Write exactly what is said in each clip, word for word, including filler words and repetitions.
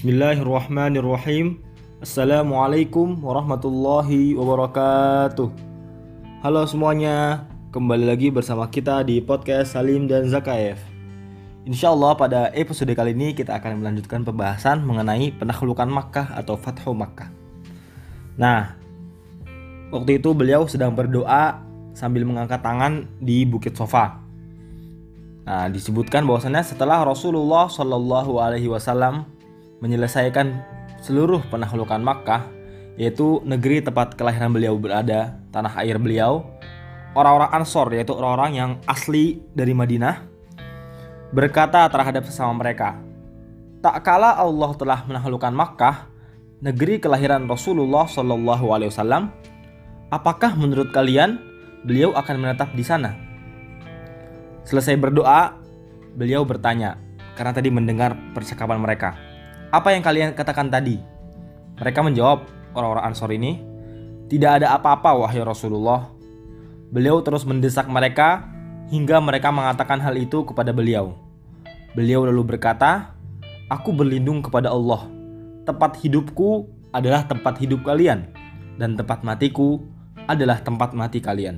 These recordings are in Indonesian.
Bismillahirrahmanirrahim. Assalamualaikum warahmatullahi wabarakatuh. Halo semuanya, kembali lagi bersama kita di podcast Salim dan Zakaev. Insya Allah pada episode kali ini kita akan melanjutkan pembahasan mengenai penaklukan Makkah atau Fathu Makkah. Nah, waktu itu beliau sedang berdoa sambil mengangkat tangan di Bukit Sofa. Nah, disebutkan bahwasannya setelah Rasulullah Shallallahu Alaihi Wasallam menyelesaikan seluruh penaklukan Makkah, yaitu negeri tempat kelahiran beliau berada, tanah air beliau, orang-orang Ansor, yaitu orang-orang yang asli dari Madinah, berkata terhadap sesama mereka, tak kala Allah telah menaklukkan Makkah, negeri kelahiran Rasulullah Shallallahu Alaihi Wasallam, apakah menurut kalian beliau akan menetap di sana? Selesai berdoa, beliau bertanya, karena tadi mendengar percakapan mereka, apa yang kalian katakan tadi? Mereka menjawab, orang-orang Ansor ini, tidak ada apa-apa wahai Rasulullah. Beliau terus mendesak mereka hingga mereka mengatakan hal itu kepada beliau. Beliau lalu berkata, aku berlindung kepada Allah. Tempat hidupku adalah tempat hidup kalian, dan tempat matiku adalah tempat mati kalian.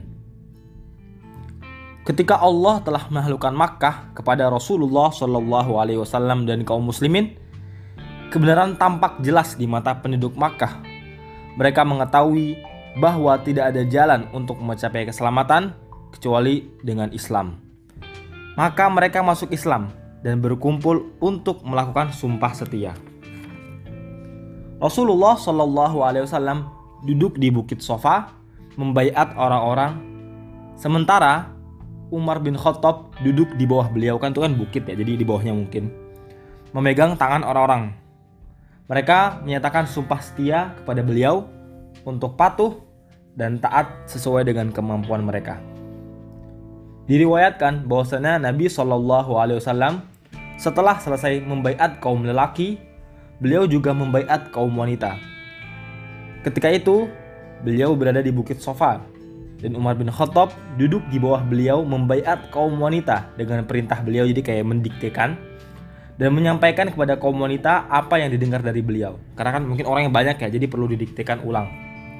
Ketika Allah telah menaklukkan Makkah kepada Rasulullah Shallallahu Alaihi Wasallam dan kaum muslimin, kebenaran tampak jelas di mata penduduk Makkah. Mereka mengetahui bahwa tidak ada jalan untuk mencapai keselamatan kecuali dengan Islam. Maka mereka masuk Islam dan berkumpul untuk melakukan sumpah setia. Rasulullah Shallallahu Alaihi Wasallam duduk di Bukit Sofa membaiat orang-orang, sementara Umar bin Khattab duduk di bawah beliau, kan itu kan bukit ya, jadi di bawahnya mungkin, memegang tangan orang-orang. Mereka menyatakan sumpah setia kepada beliau untuk patuh dan taat sesuai dengan kemampuan mereka. Diriwayatkan bahwasanya Nabi Shallallahu Alaihi Wasallam setelah selesai membaiat kaum lelaki, beliau juga membaiat kaum wanita. Ketika itu, beliau berada di Bukit Sofa dan Umar bin Khattab duduk di bawah beliau membaiat kaum wanita dengan perintah beliau, jadi kayak mendiktekan dan menyampaikan kepada kaum wanita apa yang didengar dari beliau. Karena kan mungkin orang yang banyak ya, jadi perlu didiktekan ulang.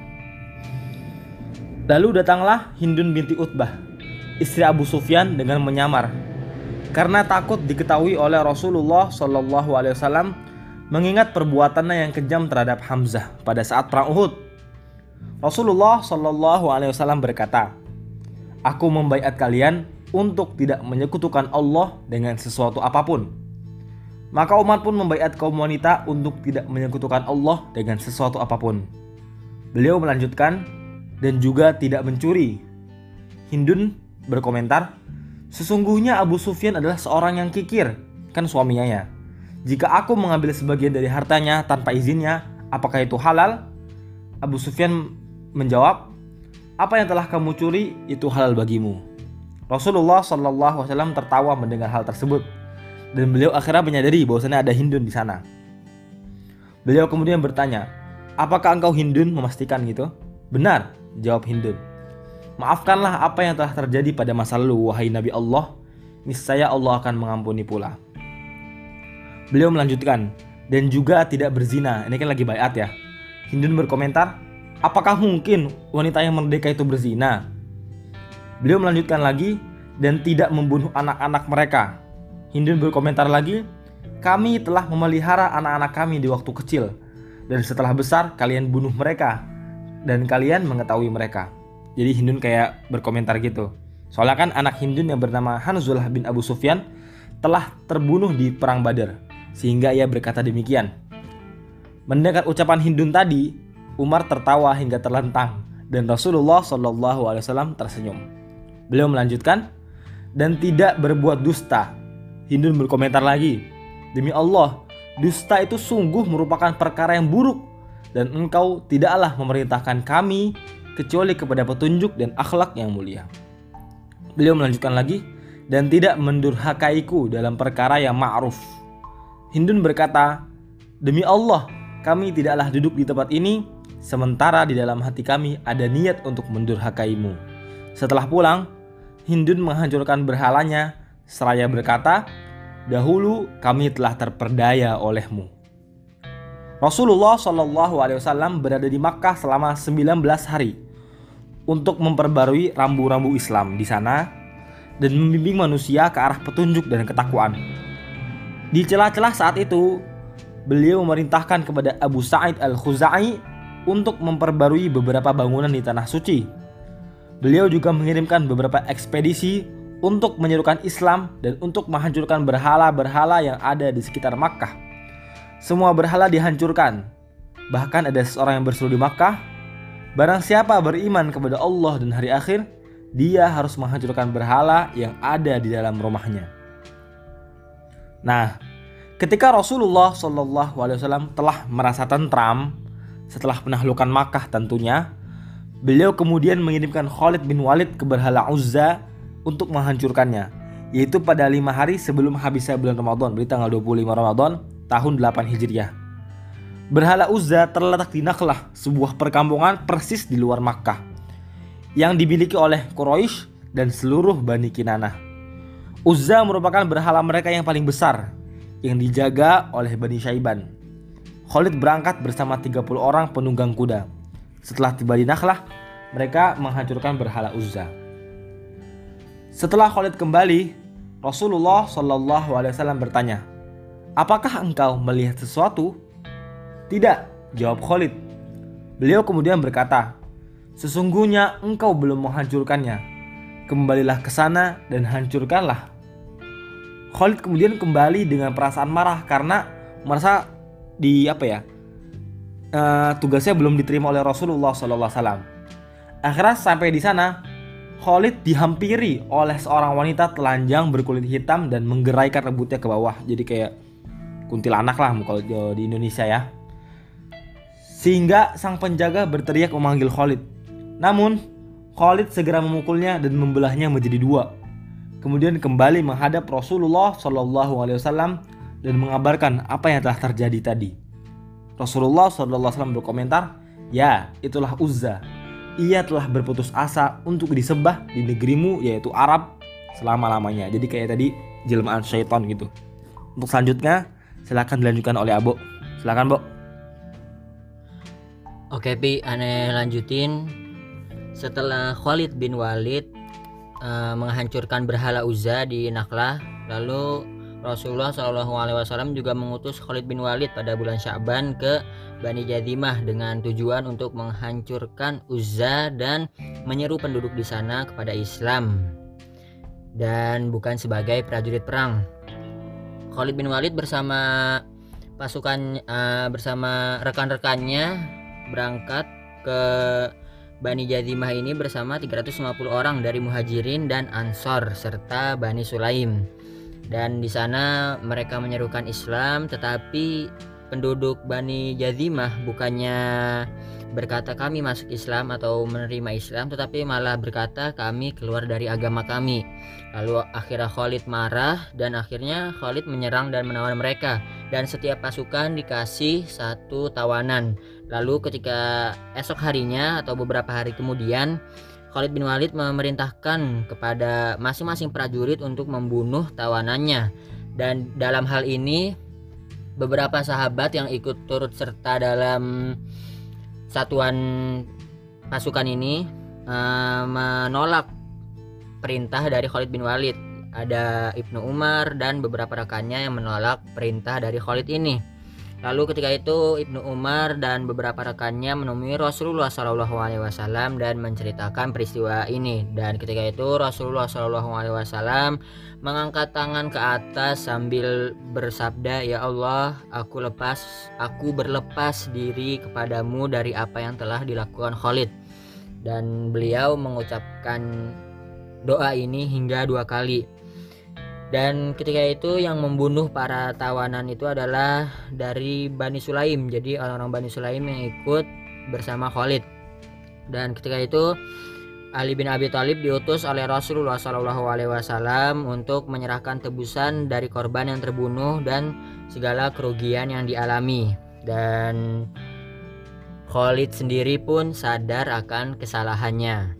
Lalu datanglah Hindun binti Utbah, istri Abu Sufyan, dengan menyamar karena takut diketahui oleh Rasulullah Shallallahu Alaihi Wasallam mengingat perbuatannya yang kejam terhadap Hamzah pada saat perang Uhud. Rasulullah Shallallahu Alaihi Wasallam berkata, aku membaiat kalian untuk tidak menyekutukan Allah dengan sesuatu apapun. Maka Umar pun membaiat kaum wanita untuk tidak menyekutukan Allah dengan sesuatu apapun. Beliau melanjutkan, dan juga tidak mencuri. Hindun berkomentar, sesungguhnya Abu Sufyan adalah seorang yang kikir, kan suaminya ya. Jika aku mengambil sebagian dari hartanya tanpa izinnya, apakah itu halal? Abu Sufyan menjawab, apa yang telah kamu curi itu halal bagimu. Rasulullah Shallallahu Alaihi Wasallam tertawa mendengar hal tersebut. Dan beliau akhirnya menyadari bahwasanya ada Hindun di sana. Beliau kemudian bertanya, apakah engkau Hindun? Memastikan gitu. Benar, jawab Hindun. Maafkanlah apa yang telah terjadi pada masa lalu, wahai Nabi Allah. Niscaya Allah akan mengampuni pula. Beliau melanjutkan, dan juga tidak berzina. Ini kan lagi baiat ya. Hindun berkomentar, apakah mungkin wanita yang merdeka itu berzina? Beliau melanjutkan lagi, dan tidak membunuh anak-anak mereka. Hindun berkomentar lagi, kami telah memelihara anak-anak kami di waktu kecil, dan setelah besar kalian bunuh mereka, dan kalian mengetahui mereka. Jadi Hindun kayak berkomentar gitu. Soalnya kan anak Hindun yang bernama Hanzalah bin Abu Sufyan telah terbunuh di perang Badar, sehingga ia berkata demikian. Mendengar ucapan Hindun tadi, Umar tertawa hingga terlentang, dan Rasulullah Shallallahu Alaihi Wasallam tersenyum. Beliau melanjutkan, dan tidak berbuat dusta. Hindun berkomentar lagi, demi Allah, dusta itu sungguh merupakan perkara yang buruk, dan engkau tidaklah memerintahkan kami kecuali kepada petunjuk dan akhlak yang mulia. Beliau melanjutkan lagi, dan tidak mendurhakaiku dalam perkara yang ma'ruf. Hindun berkata, demi Allah, kami tidaklah duduk di tempat ini, sementara di dalam hati kami ada niat untuk mendurhakaimu. Setelah pulang, Hindun menghancurkan berhalanya, seraya berkata, dahulu kami telah terperdaya olehmu. Rasulullah Shallallahu Alaihi Wasallam berada di Makkah selama sembilan belas hari untuk memperbarui rambu-rambu Islam di sana dan membimbing manusia ke arah petunjuk dan ketakwaan. Di celah-celah saat itu, beliau memerintahkan kepada Abu Sa'id Al-Khuzai untuk memperbarui beberapa bangunan di tanah suci. Beliau juga mengirimkan beberapa ekspedisi untuk menyerukan Islam dan untuk menghancurkan berhala-berhala yang ada di sekitar Makkah. Semua berhala dihancurkan. Bahkan ada seorang yang berseru di Makkah, barang siapa beriman kepada Allah dan hari akhir, dia harus menghancurkan berhala yang ada di dalam rumahnya. Nah, ketika Rasulullah Shallallahu Alaihi Wasallam telah merasa tentram setelah penaklukan Makkah tentunya, beliau kemudian mengirimkan Khalid bin Walid ke berhala Uzza untuk menghancurkannya, yaitu pada lima hari sebelum habisnya bulan Ramadan, berarti tanggal dua puluh lima Ramadan tahun delapan Hijriah. Berhala Uzza terletak di Nakhlah, sebuah perkampungan persis di luar Makkah, yang dimiliki oleh Quraisy dan seluruh Bani Kinanah. Uzza merupakan berhala mereka yang paling besar, yang dijaga oleh Bani Syaiban. Khalid berangkat bersama tiga puluh orang penunggang kuda. Setelah tiba di Nakhlah, mereka menghancurkan berhala Uzza. Setelah Khalid kembali, Rasulullah Shallallahu Alaihi Wasallam bertanya, "Apakah engkau melihat sesuatu?" "Tidak," jawab Khalid. Beliau kemudian berkata, "Sesungguhnya engkau belum menghancurkannya. Kembalilah ke sana dan hancurkanlah." Khalid kemudian kembali dengan perasaan marah karena merasa di apa ya uh, tugasnya belum diterima oleh Rasulullah Sallallahu Alaihi Wasallam. Akhirnya sampai di sana, Khalid dihampiri oleh seorang wanita telanjang berkulit hitam dan menggeraikan rambutnya ke bawah. Jadi kayak kuntilanak lah kalau di Indonesia ya. Sehingga sang penjaga berteriak memanggil Khalid. Namun Khalid segera memukulnya dan membelahnya menjadi dua. Kemudian kembali menghadap Rasulullah Shallallahu Alaihi Wasallam dan mengabarkan apa yang telah terjadi tadi. Rasulullah Shallallahu Alaihi Wasallam berkomentar, "Ya, itulah Uzza. Ia telah berputus asa untuk disembah di negerimu, yaitu Arab, selama-lamanya." Jadi kayak tadi jelmaan syaitan gitu. Untuk selanjutnya silakan dilanjutkan oleh Abo. Silakan, Bo. Oke, Pi, aneh lanjutin. Setelah Khalid bin Walid uh, menghancurkan berhala Uzza di Nakhlah, lalu Rasulullah Shallallahu Alaihi Wasallam juga mengutus Khalid bin Walid pada bulan Sya'ban ke Bani Jazimah dengan tujuan untuk menghancurkan Uzza dan menyeru penduduk di sana kepada Islam dan bukan sebagai prajurit perang. Khalid bin Walid bersama pasukan uh, bersama rekan-rekannya berangkat ke Bani Jazimah ini bersama tiga ratus lima puluh orang dari Muhajirin dan Ansor serta Bani Sulaim. Dan di sana mereka menyerukan Islam, tetapi penduduk Bani Jazimah bukannya berkata kami masuk Islam atau menerima Islam, tetapi malah berkata kami keluar dari agama kami. Lalu akhirnya Khalid marah dan akhirnya Khalid menyerang dan menawan mereka, dan setiap pasukan dikasih satu tawanan. Lalu ketika esok harinya atau beberapa hari kemudian, Khalid bin Walid memerintahkan kepada masing-masing prajurit untuk membunuh tawanannya. Dan dalam hal ini beberapa sahabat yang ikut turut serta dalam satuan pasukan ini uh, menolak perintah dari Khalid bin Walid. Ada Ibnu Umar dan beberapa rekannya yang menolak perintah dari Khalid ini. Lalu ketika itu Ibnu Umar dan beberapa rekannya menemui Rasulullah Shallallahu Alaihi Wasallam dan menceritakan peristiwa ini. Dan ketika itu Rasulullah Shallallahu Alaihi Wasallam mengangkat tangan ke atas sambil bersabda, "Ya Allah, aku lepas, aku berlepas diri kepadamu dari apa yang telah dilakukan Khalid." Dan beliau mengucapkan doa ini hingga dua kali. Dan ketika itu yang membunuh para tawanan itu adalah dari Bani Sulaim. Jadi orang-orang Bani Sulaim yang ikut bersama Khalid. Dan ketika itu Ali bin Abi Thalib diutus oleh Rasulullah Shallallahu Alaihi Wasallam untuk menyerahkan tebusan dari korban yang terbunuh dan segala kerugian yang dialami. Dan Khalid sendiri pun sadar akan kesalahannya.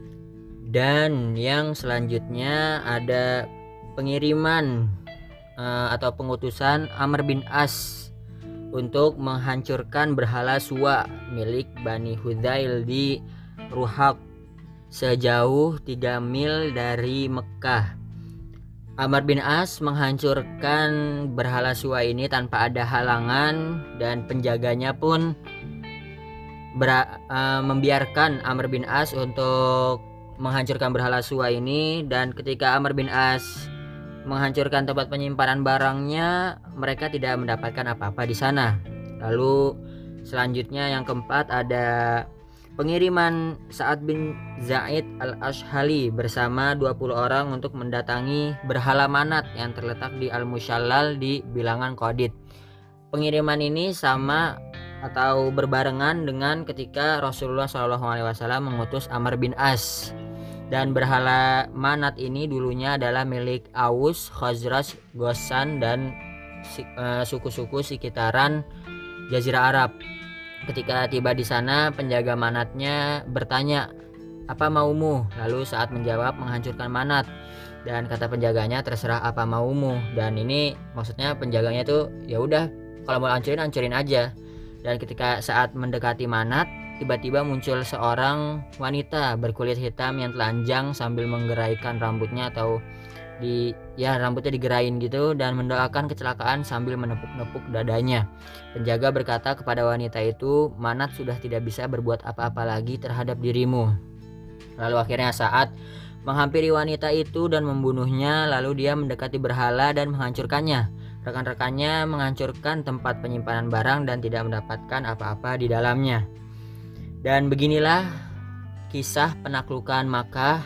Dan yang selanjutnya ada pengiriman uh, atau pengutusan Amr bin As untuk menghancurkan berhala Suwa milik Bani Hudzail di Ruhaq sejauh tiga mil dari Mekah. Amr bin As menghancurkan berhala Suwa ini tanpa ada halangan, dan penjaganya pun ber, uh, membiarkan Amr bin As untuk menghancurkan berhala Suwa ini. Dan ketika Amr bin As menghancurkan tempat penyimpanan barangnya, mereka tidak mendapatkan apa-apa di sana. Lalu selanjutnya yang keempat ada pengiriman Sa'ad bin Zaid al-Ashhali bersama dua puluh orang untuk mendatangi berhala Manat yang terletak di Al-Mushallal di bilangan Qadid. Pengiriman ini sama atau berbarengan dengan ketika Rasulullah shallallahu alaihi wasallam mengutus Amr bin As. Dan berhala Manat ini dulunya adalah milik Aus, Khazraj, Ghassan dan uh, suku-suku sekitaran Jazirah Arab. Ketika tiba di sana, penjaga Manatnya bertanya, "Apa maumu?" Lalu saat menjawab, "Menghancurkan Manat." Dan kata penjaganya, "Terserah apa maumu." Dan ini maksudnya penjaganya tuh ya udah, kalau mau hancurin hancurin aja. Dan ketika saat mendekati Manat, tiba-tiba muncul seorang wanita berkulit hitam yang telanjang sambil menggeraikan rambutnya atau di ya rambutnya digerain gitu, dan mendoakan kecelakaan sambil menepuk-nepuk dadanya. Penjaga berkata kepada wanita itu, "Manat sudah tidak bisa berbuat apa-apa lagi terhadap dirimu." Lalu akhirnya saat menghampiri wanita itu dan membunuhnya, lalu dia mendekati berhala dan menghancurkannya. Rekan-rekannya menghancurkan tempat penyimpanan barang dan tidak mendapatkan apa-apa di dalamnya. Dan beginilah kisah penaklukan Makkah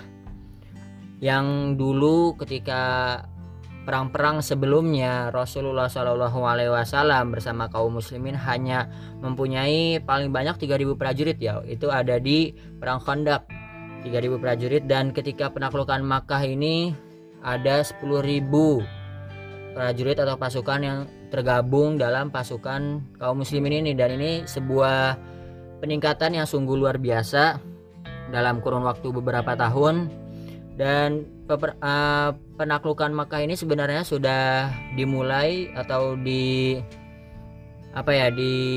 yang dulu ketika perang-perang sebelumnya Rasulullah shallallahu alaihi wasallam bersama kaum muslimin hanya mempunyai paling banyak tiga ribu prajurit, ya itu ada di perang Khandaq tiga ribu prajurit. Dan ketika penaklukan Makkah ini ada sepuluh ribu prajurit atau pasukan yang tergabung dalam pasukan kaum muslimin ini. Dan ini sebuah peningkatan yang sungguh luar biasa dalam kurun waktu beberapa tahun. Dan peper, uh, penaklukan Makkah ini sebenarnya sudah dimulai atau di apa ya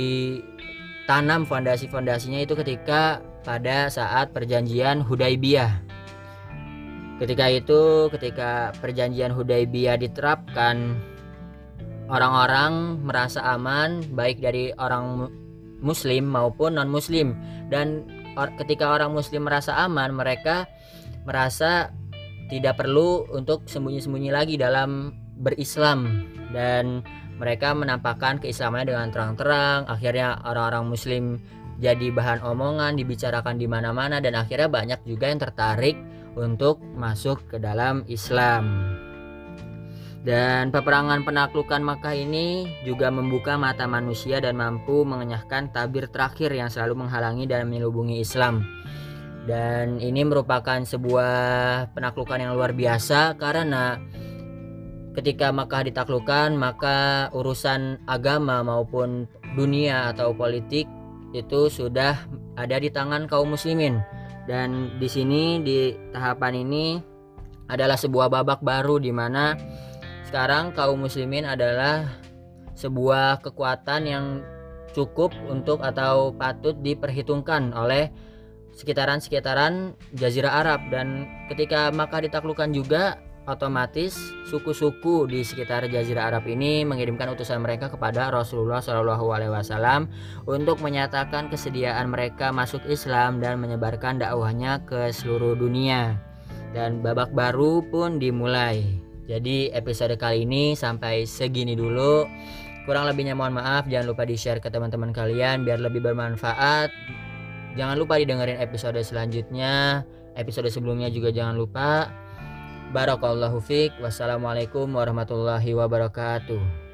ditanam fondasi-fondasinya itu ketika pada saat perjanjian Hudaybiyah. Ketika itu, ketika perjanjian Hudaybiyah diterapkan, orang-orang merasa aman baik dari orang muslim maupun non-muslim. Dan or, ketika orang muslim merasa aman, mereka merasa tidak perlu untuk sembunyi-sembunyi lagi dalam berislam, dan mereka menampakkan keislamannya dengan terang-terang. Akhirnya orang-orang muslim jadi bahan omongan, dibicarakan di mana-mana, dan akhirnya banyak juga yang tertarik untuk masuk ke dalam Islam. Dan peperangan penaklukan Makkah ini juga membuka mata manusia dan mampu mengenyahkan tabir terakhir yang selalu menghalangi dan menyelubungi Islam. Dan ini merupakan sebuah penaklukan yang luar biasa, karena ketika Makkah ditaklukkan, maka urusan agama maupun dunia atau politik itu sudah ada di tangan kaum muslimin. Dan di sini di tahapan ini adalah sebuah babak baru, di mana sekarang kaum muslimin adalah sebuah kekuatan yang cukup untuk atau patut diperhitungkan oleh sekitaran-sekitaran Jazirah Arab. Dan ketika Makkah ditaklukkan juga, otomatis suku-suku di sekitar Jazirah Arab ini mengirimkan utusan mereka kepada Rasulullah shallallahu alaihi wasallam untuk menyatakan kesediaan mereka masuk Islam dan menyebarkan dakwahnya ke seluruh dunia. Dan babak baru pun dimulai. Jadi episode kali ini sampai segini dulu. Kurang lebihnya mohon maaf. Jangan lupa di-share ke teman-teman kalian biar lebih bermanfaat. Jangan lupa didengerin episode selanjutnya. Episode sebelumnya juga jangan lupa. Barakallahu fiik. Wassalamualaikum warahmatullahi wabarakatuh.